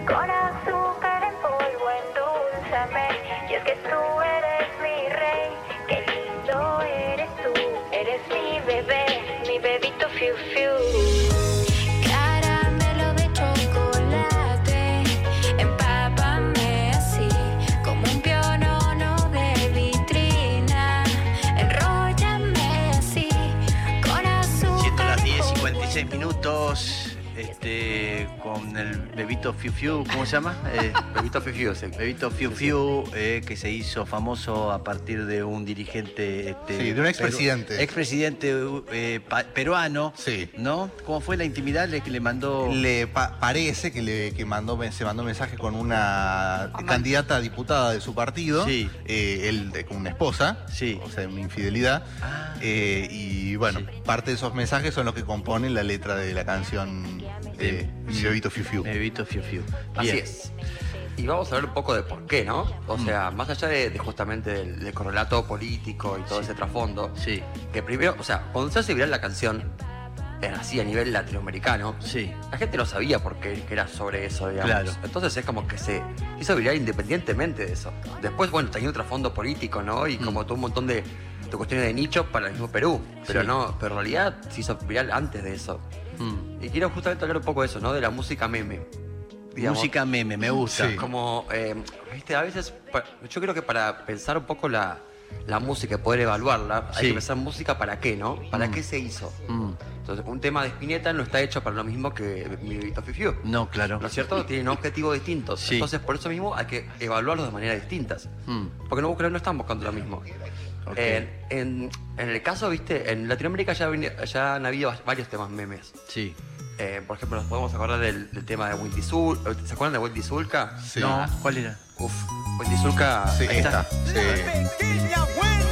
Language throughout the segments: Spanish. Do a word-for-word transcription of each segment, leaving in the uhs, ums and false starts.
con azúcar en polvo, endulzame. Y es que tú eres mi rey, qué lindo eres tú. Eres mi bebé, mi bebito fiu fiu. Caramelo de chocolate, empápame así, como un pionono de vitrina. Enróllame así, con azúcar. Siendo las diez cincuenta y seis minutos. Este, con el Bebito Fiu Fiu, ¿cómo se llama? Eh, Bebito Fiu Fiu, sí. Bebito Fiu Fiu, eh, que se hizo famoso a partir de un dirigente... Este, Sí, de un expresidente. Peru, expresidente eh, pa, peruano, Sí. ¿no? ¿Cómo fue la intimidad? Le, que le mandó... Le pa parece que, le, que mandó, se mandó mensaje con una candidata a diputada de su partido, Sí. eh, él de- con una esposa, Sí. o sea, una infidelidad. Ah. Eh, y bueno, Sí. parte de esos mensajes son los que componen la letra de la canción eh, Mi Bebito Fiu Fiu. Bebito Fiu Fiu. Así Bien. es. Y vamos a ver un poco de por qué, ¿no? O sea, más allá de, de justamente del, del correlato político y todo Sí. ese trasfondo, Sí, que primero, o sea, cuando se hace viral la canción, era así a nivel latinoamericano, sí. la gente no sabía por qué que era sobre eso, digamos. Claro. Entonces es como que se hizo viral independientemente de eso. Después, bueno, tenía un trasfondo político, ¿no? Y como Mm. todo un montón de, de cuestiones de nicho para el mismo Perú. Pero Sí. no, pero en realidad se hizo viral antes de eso. Mm. Y quiero justamente hablar un poco de eso, ¿no? De la música meme. Digamos. Música meme, me gusta. Sí. Como, eh, viste, a veces, pa- yo creo que para pensar un poco la, la música y poder evaluarla, hay Sí. que pensar música para qué, ¿no? ¿Para Mm. qué se hizo? Mm. Entonces, un tema de Spinetta no está hecho para lo mismo que Mi Bebito Fiu Fiu. No, claro. ¿No es cierto? Tienen objetivos distintos. Sí. Entonces, por eso mismo hay que evaluarlos de manera distintas. Mm. Porque no, buscan- no están buscando lo mismo. Ok. En, en- en el caso, viste, en Latinoamérica ya, vine- ya han habido varios temas memes. Sí. Eh, por ejemplo, nos podemos acordar del, del tema de Windy Zulka. ¿Se acuerdan de Windy Zulka? Sí. No, ¿cuál era? Uf, Windy Zulka. Sí, ahí esta. está. Sí.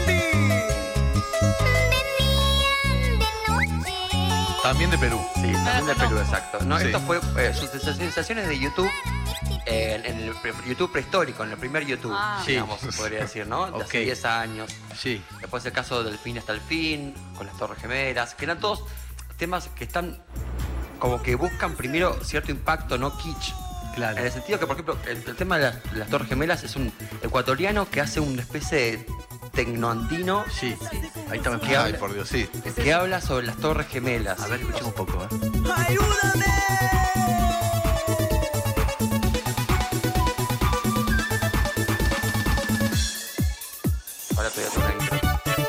También de Perú. Sí, también de Perú, exacto. No, Sí. esto fue eh, sus sensaciones de YouTube eh, en el pre- YouTube prehistórico, en el primer YouTube, Ah. digamos, se podría decir, ¿no? De Ok. hace diez años. Sí. Después el caso del fin hasta el fin, con las Torres Gemelas, que eran todos temas que están como que buscan primero cierto impacto, no kitsch. Claro. En el sentido que, por ejemplo, el, el tema de las, las Torres Gemelas es un ecuatoriano que hace una especie de tecnoandino Sí. Ahí está. ¿Qué Ay, habla? por Dios, sí. que habla sobre las Torres Gemelas. A ver, escuchemos un poco, ¿eh? Ahora te voy a hacer una intro.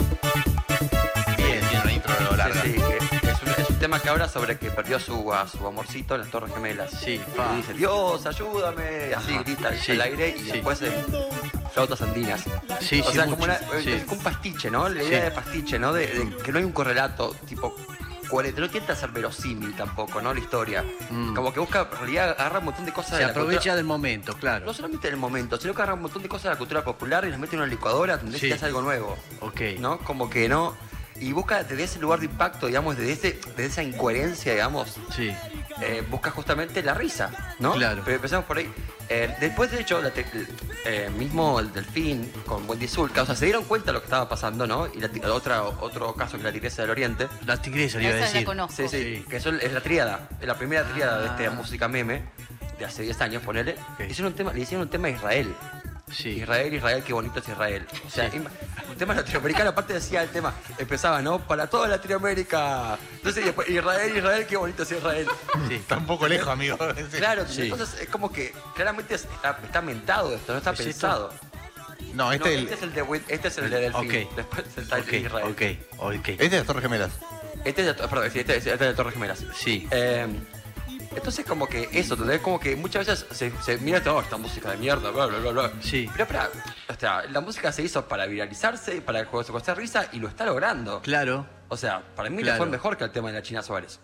Bien, tiene una intro larga. Sí, sí, que es, un, es un tema que habla sobre que perdió a su, a su amorcito en las Torres Gemelas. Sí. Y dice, Dios, ayúdame. Y así Ajá. grita Sí, al aire y sí. después en flautas andinas. Sí, o sí, sea, mucho. como una, Sí. es como un pastiche, ¿no? La idea Sí. de pastiche, ¿no? De, de que no hay un correlato tipo coherente. No intenta ser verosímil tampoco, ¿no? La historia. Mm. Como que busca, en realidad, agarra un montón de cosas Se de la aprovecha cultura. del momento, claro. No solamente en el momento, sino que agarra un montón de cosas de la cultura popular y las mete en una licuadora donde Sí. se hace algo nuevo. Ok. ¿No? Como que no. Y busca desde ese lugar de impacto, digamos, desde, ese, desde esa incoherencia, digamos, Sí. eh, busca justamente la risa, ¿no? Claro. Pero empezamos por ahí. Eh, después, de hecho, la te- eh, mismo el Delfín con Wendy Zulka, o sea, se dieron cuenta de lo que estaba pasando, ¿no? Y la, ti- otra, otro caso que la Tigresa del Oriente. La tigresa, le iba a Esa la decir. conozco. Sí, sí, Sí. que eso es la tríada, es la primera tríada de Ah. esta música meme de hace diez años, ponele. Ok. Hicieron un tema, le hicieron un tema a Israel. Sí. Israel, Israel, qué bonito es Israel. O sea, Sí. ima- un tema latinoamericano, aparte decía el tema, empezaba, ¿no? Para toda Latinoamérica. Entonces, y después, Israel, Israel, qué bonito es Israel. Sí. Está un poco lejos, amigo. Sí. Claro, Sí. entonces es como que claramente es- está, está mentado esto, no está ¿Es esto? pensado. No, No, este, este, es el de, Win- este es el de Delfín. Ok. Después está el Ok, de Israel. ok, ok. este es de las Torres Gemelas. Este es de, perdón, sí, este, es- este es de Torres Gemelas. Sí. Eh, entonces como que eso, ¿entendés? Como que muchas veces se, se mira esto, oh, esta música de mierda, bla, bla, bla, bla. Sí. Pero espera, o sea, la música se hizo para viralizarse, para causar risa y lo está logrando. Claro. O sea, para mí le Claro. fue mejor que el tema de la China Suárez.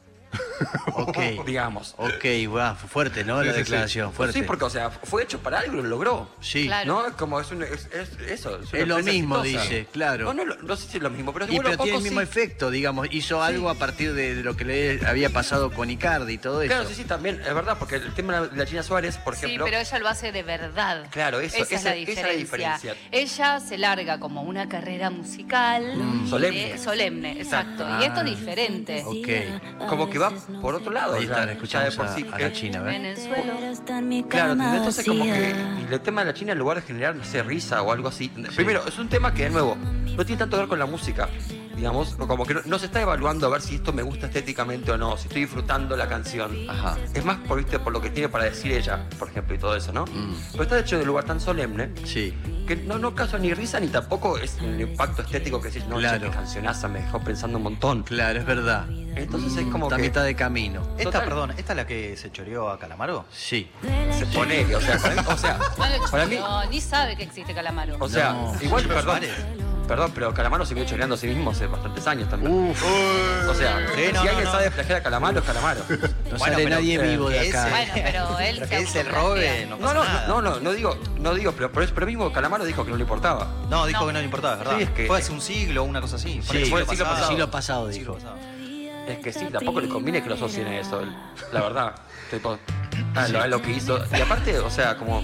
Ok. Digamos. Ok, wow, fuerte, ¿no? La Sí, sí, sí. declaración, fuerte. Sí, porque, o sea, fue hecho para algo y lo logró. Sí. Claro. ¿No? Es como, es, un, es, es eso. Es, una Es lo empresa mismo, exitosa. dice, claro. No, no, lo- no sé si es lo mismo, pero Y bueno, pero tiene el poco mismo sí. efecto, digamos. Hizo algo a partir de, de lo que le había pasado con Icardi y todo eso. Claro, sí, sí, también, es verdad, porque el tema de la China Suárez, por Sí, ejemplo. pero ella lo hace de verdad. Claro, eso, esa, es la esa- esa es la diferencia. diferencia. Ella se larga como una carrera musical Mm. Solemne. eh, solemne, exacto. Ah. Y esto es diferente. Ok. Como que que va por otro lado. Ahí ya- está, ya escuchamos de por a, sí a que- la China, En ¿ves? el suelo. Claro, entonces como que y el tema de la China, en lugar de generar, no sé, risa o algo así. Primero, es un tema que, de nuevo, no tiene tanto que ver con la música, digamos, o como que no, no se está evaluando a ver si esto me gusta estéticamente o no, si estoy disfrutando la canción. Ajá. Es más por, ¿viste? Por lo que tiene para decir ella, por ejemplo, y todo eso, ¿no? Mm. Pero está hecho de un lugar tan solemne Sí. que no, no causa ni risa ni tampoco es un impacto estético que decís, no, Claro. che, qué cancionaza, me dejó pensando un montón. Claro, es verdad. Entonces es como Está a que mitad de camino. Esta, Total. perdón, ¿esta es la que se choreó a Calamaro? Sí. se pone, o sea, para mí, o sea, No lo para mí, no, ni sabe que existe Calamaro. o sea, No. igual, Pero perdón, Suárez. perdón, pero Calamaro se viene choreando a sí mismo hace bastantes años también. Uf, O sea, Sí, si no, no, alguien no. sabe plagiar a Calamaro, es Calamaro. no Bueno, sale pero, nadie eh, vivo de que acá. ese- Bueno, pero él Pero se que él se autoplastea. robe, no No, pasa no, nada. no, no, no digo, no digo, pero por eso, pero mismo Calamaro dijo que no le importaba. No, dijo No. que no le importaba, ¿verdad? Sí, es que- Fue hace un siglo, una cosa así. Sí, fue el siglo pasado. siglo pasado, Siglo dijo. pasado. Es que sí, tampoco le conviene que lo asocien a eso, el- la verdad. Tipo, a lo, a lo que hizo. Y aparte, o sea, como.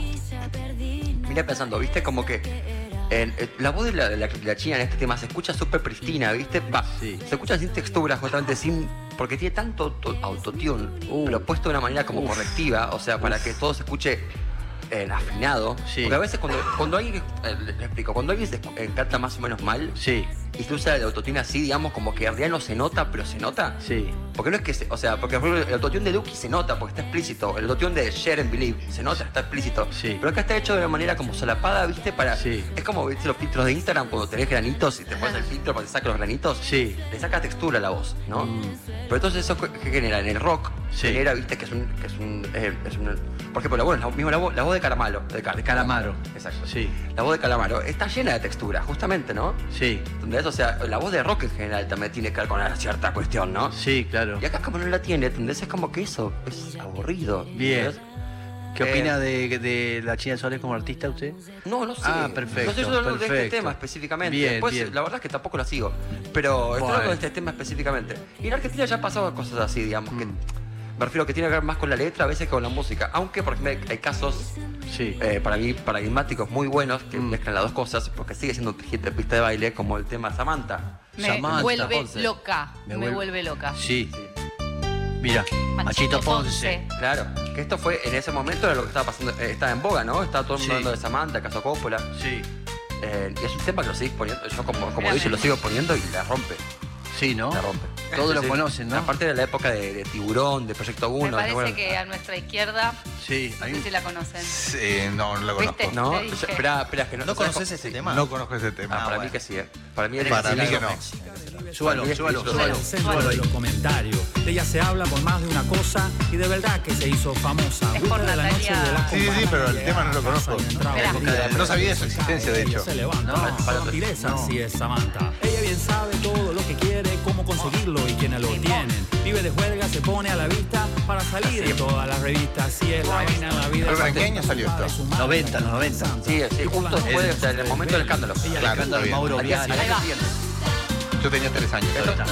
Mira pensando, ¿viste? Como que. en- en- la voz de la, de la, de la China en este tema se escucha súper pristina, ¿viste? Va, Sí. se escucha sin textura, justamente sin. Porque tiene tanto auto- autotune, pero puesto de una manera como correctiva, o sea, para que todo se escuche eh, afinado. Sí. Porque a veces cuando, cuando alguien. eh, le, le explico, cuando alguien se escu- eh, canta más o menos mal, Sí, y se usa el autotune así, digamos, como que en realidad no se nota, pero se nota. sí. Porque no es que, se- o sea, porque por ejemplo, el autotune de Duki se nota porque está explícito. El autotune de Share and Believe se nota, está explícito. Sí. Pero acá está hecho de una manera como solapada, ¿viste? Para. Sí. Es como, ¿viste? Los filtros de Instagram cuando tenés granitos y te pones el filtro para que saques los granitos. Sí. Le saca textura a la voz, ¿no? Mm. Pero entonces eso que genera en el rock, Sí. genera, ¿viste? Que es un. Que es un, eh, es un por ejemplo, la voz, la, mismo la voz, la voz de Caramalo. De, Car- De Calamaro. Exacto. Sí, La voz de Calamaro está llena de textura, justamente, ¿no? sí, ¿Entendés? O sea, la voz de rock en general también tiene que ver con una cierta cuestión, ¿no? sí, claro. Y acá como no la tiene, ¿entendés? Es como que eso es aburrido. Bien. ¿entendés? ¿Qué Eh, opina de, de la China Suárez como artista usted? No, no sé. Ah, perfecto, No sé yo hablo de este perfecto. tema específicamente. Bien, Después, bien. la verdad es que tampoco la sigo. Pero estoy Bueno. hablando de este tema específicamente. Y en Argentina ya han pasado cosas así, digamos. Que, Mm. me refiero que tiene que ver más con la letra a veces que con la música. Aunque, por ejemplo, hay- hay casos Sí. eh, para mí paradigmáticos muy buenos que Mm. mezclan las dos cosas, porque sigue siendo un hit de pista de baile, como el tema Samantha. Me Samantha vuelve Ponce. loca. Me Me, vuelve- vuelve loca. Sí. Mira, Machito Ponce. Claro, que esto fue en ese momento era lo que estaba pasando, eh, estaba en boga, ¿no? Estaba todo el mundo Sí. hablando de Samantha, Caso Coppola. Sí. Eh, y es un tema que lo seguís poniendo, yo como, como Mira, dice, me- lo sigo poniendo y la rompe, Sí, ¿no? la rompe. Todos Sí, lo sí. conocen, ¿no? Aparte de la época de, de Tiburón, de Proyecto Me uno. parece bueno, que a nuestra izquierda, Sí. no hay sé un- si la conocen. Sí, no, no la conozco. ¿Viste? No, Te dije. espera, espera, que no. ¿No ¿sabes conoces cómo? ese Sí. tema? No conozco ese tema. Ah, para bueno. mí que sí, ¿eh? Para mí es Para mí que no. Súbalo, Para mí es- súbalo, súbalo. súbalo. El centro Súbalo de ahí. los comentarios. De ella se habla por más de una cosa y de verdad que se hizo famosa. Es Gusta por de la noche Natalia. de las Sí, sí, compañías. pero el tema no lo conozco. Y entraba Espera. el día. No sabía de su existencia, de hecho. Se levanta, No, no, para- no tiresa, no. así es Samantha. Ella bien sabe todo lo que quiere, cómo conseguirlo y quiénes lo tienen. Vive de juerga, se pone a la vista para salir en todas las revistas. Así es la vaina en la vida. ¿Pero en qué año salió esto? noventa, los noventa. Sí, sí, justo después, o sea, en el momento del escándalo. Ella Claro, Canta está bien. Mauro Al día, Viale. al Ahí año va. siguiente. Yo tenía tres años. Ahí está.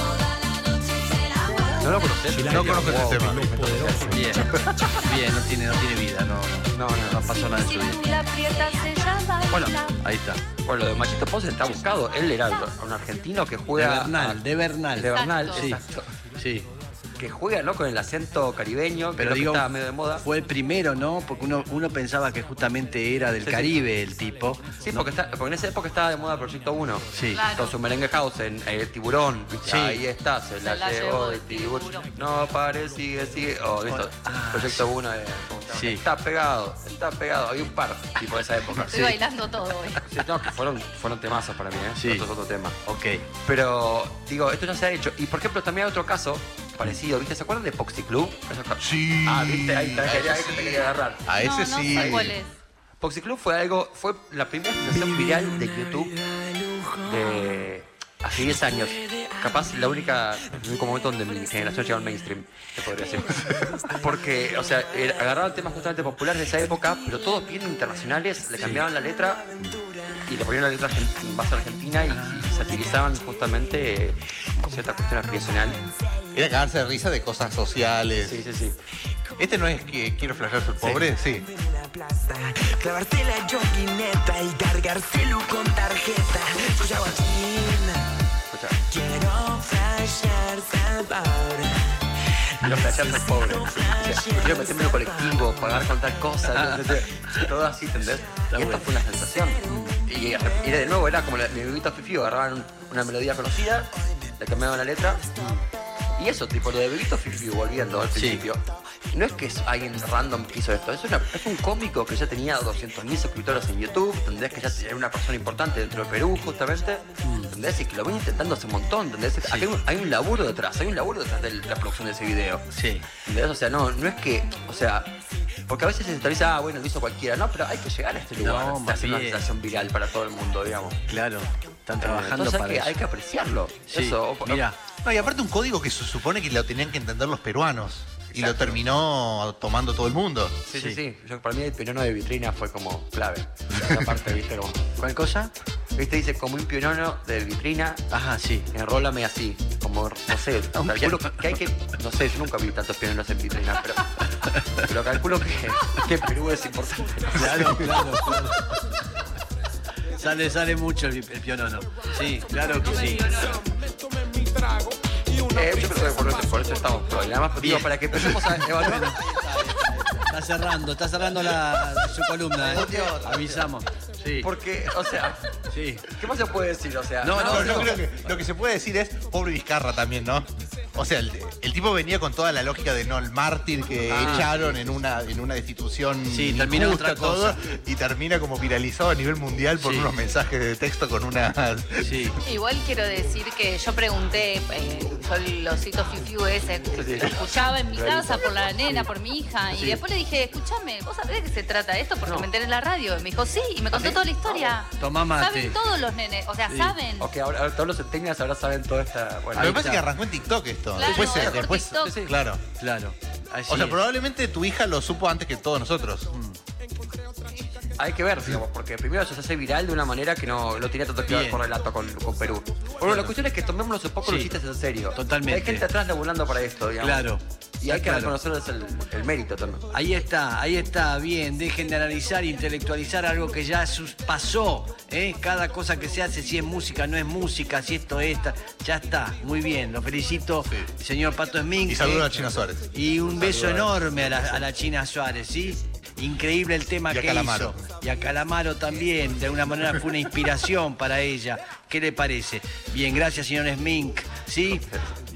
¿No lo conocés? No conozco ese tema. Bien. Bien, no tiene, no tiene vida, no, no. No, no, No pasó nada en su vida. La prieta se llama. Bueno, Ahí está. Bueno, lo de Machito Ponce está buscado. Él era un argentino que De juega. Bernal, de Bernal. De Bernal, Sí, exacto. sí. Que juega, ¿no? Con el acento caribeño, que Pero creo que digo, estaba medio de moda. fue el primero, ¿no? Porque uno, uno pensaba que justamente era del Sí, sí. Caribe el tipo. Sí, ¿no? porque, está, porque en esa época estaba de moda Proyecto uno. Sí. Claro. Con su merengue house en eh, Tiburón. Sí. Ahí está, se, la, la llevó llevó de de Tiburón. Tiburón. No pare, sigue, sigue. Oh, listo. Ah, Proyecto uno. Eh, ¿cómo se llama? Sí. Está pegado, está pegado. Hay un par, tipo de esa época. Estoy bailando todo hoy. Sí, no, que fueron, fueron temazos para mí, ¿eh? Sí. Esto es otro tema. Ok. Pero, digo, esto ya se ha hecho. Y, por ejemplo, también hay otro caso parecido, ¿viste? ¿Se acuerdan de Poxy Club? Esos ca- Sí. Ah, ¿viste? Ahí te quería, ahí te quería agarrar. A ese no, no sí. sé cuál es. Poxy Club fue algo, fue la primera sensación viral de YouTube de hace diez años. Capaz la única, el único momento donde mi generación llegó al mainstream, te podría decir. Porque, o sea, era- agarraban temas justamente populares de esa época, pero todos bien internacionales, le cambiaban la letra y le ponían la letra argen- en base a Argentina y, y satirizaban justamente eh, cierta cuestión aspiracional. Era cagarse de risa de cosas sociales. Sí, sí, sí. Este no es que quiero flashear soy pobre, sí. Clavarse la yoguineta y cargárselo con tarjeta. Yo ya Escucha. quiero flashear sabor. Lo que hacía ser pobre. O sea, quiero meterme en un colectivo, pagar con tal cosa, todo así, ¿entendés? Y esto fue una sensación. Y, y de nuevo era como la, mi bebito Fifiu, agarraban un- una melodía conocida, le cambiaban la letra. Y eso, tipo, lo de Bebito Fifiu, volviendo al Sí. principio. No es que es alguien random que hizo esto, es, una- es un cómico que ya tenía doscientos mil suscriptores en YouTube, ¿entendés? Que ya era una persona importante dentro de Perú, justamente, ¿entendés? Y que lo ven intentando hace un montón, ¿entendés? Aquí hay un, hay un laburo detrás, hay un laburo detrás de la producción de ese video. Sí. ¿Entendés? O sea, no, no es que, o sea, porque a veces se centraliza, ah, bueno, lo hizo cualquiera, no, pero hay que llegar a este lugar, No, de más hacer una bien. sensación viral para todo el mundo, digamos. Claro. Están trabajando Entonces hay para que, eso. hay que apreciarlo. Sí. Eso, o- Mira, No, y aparte un código que se supone que lo tenían que entender los peruanos. Y lo Exacto. terminó tomando todo el mundo. Sí, Sí. sí, sí. Yo, para mí el pionono de vitrina fue como clave. Esa parte, ¿viste? Como, ¿cuál cosa? ¿viste? Dice como un pionono de vitrina, Ajá, sí. enrólame así. Como, no sé, Un calculo piano- que hay que... No sé, yo nunca vi tantos piononos en vitrina, pero... Pero calculo que, que Perú es importante. Claro, claro, claro. Sale, sale mucho el, el pionono. Sí, claro que sí. Eh, yo creo que por eso, por eso estamos problemas. Pero digo, Bien. para que empecemos a evaluar... Está cerrando, está cerrando la, su columna, ¿eh? Avisamos. Sí, Porque, o sea, sí. ¿qué más se puede decir? O sea, No, No, no, yo creo que lo que se puede decir es pobre Vizcarra también, ¿no? O sea, el, el tipo venía con toda la lógica de no el mártir que Ah. echaron en una en una destitución Sí, terminó injusta, otra cosa. todo, y termina como viralizado a nivel mundial por Sí. unos mensajes de texto con una Sí. Igual quiero decir que yo pregunté, eh, yo el osito Fifiu ese, Sí. lo escuchaba en mi casa por la nena, por mi hija, y Sí. después le dije, escúchame, ¿vos sabés de qué se trata esto? Porque me enteré en la radio. Y me dijo, sí, y me contó toda la historia. Tomá mate. Saben todos los nenes, o sea, Sí. saben. Ok, ahora, ahora todos los centenias ahora saben toda esta... Bueno, Lo Ahí que pasa está. es que arrancó en TikTok esto. Claro, después, se- por después TikTok. Sí, sí. claro. Claro. Así O sea, es. probablemente tu hija lo supo antes que todos nosotros. hay que ver, digamos, porque primero eso se hace viral de una manera que no, no tiene tanto que ver Bien. con relato con, con Perú. Bueno, la cuestión es que tomémonos un poco Sí. los chistes en serio. Totalmente. Hay gente atrás laburando para esto, digamos. Claro. Y hay que Claro. reconocerles el, el mérito también. Ahí está, ahí está, bien, dejen de analizar e intelectualizar algo que ya sus- pasó, ¿eh? Cada cosa que se hace, si es música, no es música, si esto es esta, ya está, muy bien, lo felicito, señor Pato Smink. Y saludo ¿eh? a China Suárez. Y un beso enorme a la, a la China Suárez, ¿sí? Increíble el tema Y a que Calamaro. hizo. Y a Calamaro también, de alguna manera fue una inspiración para ella. ¿Qué le parece? Bien, gracias señor Smink, ¿sí?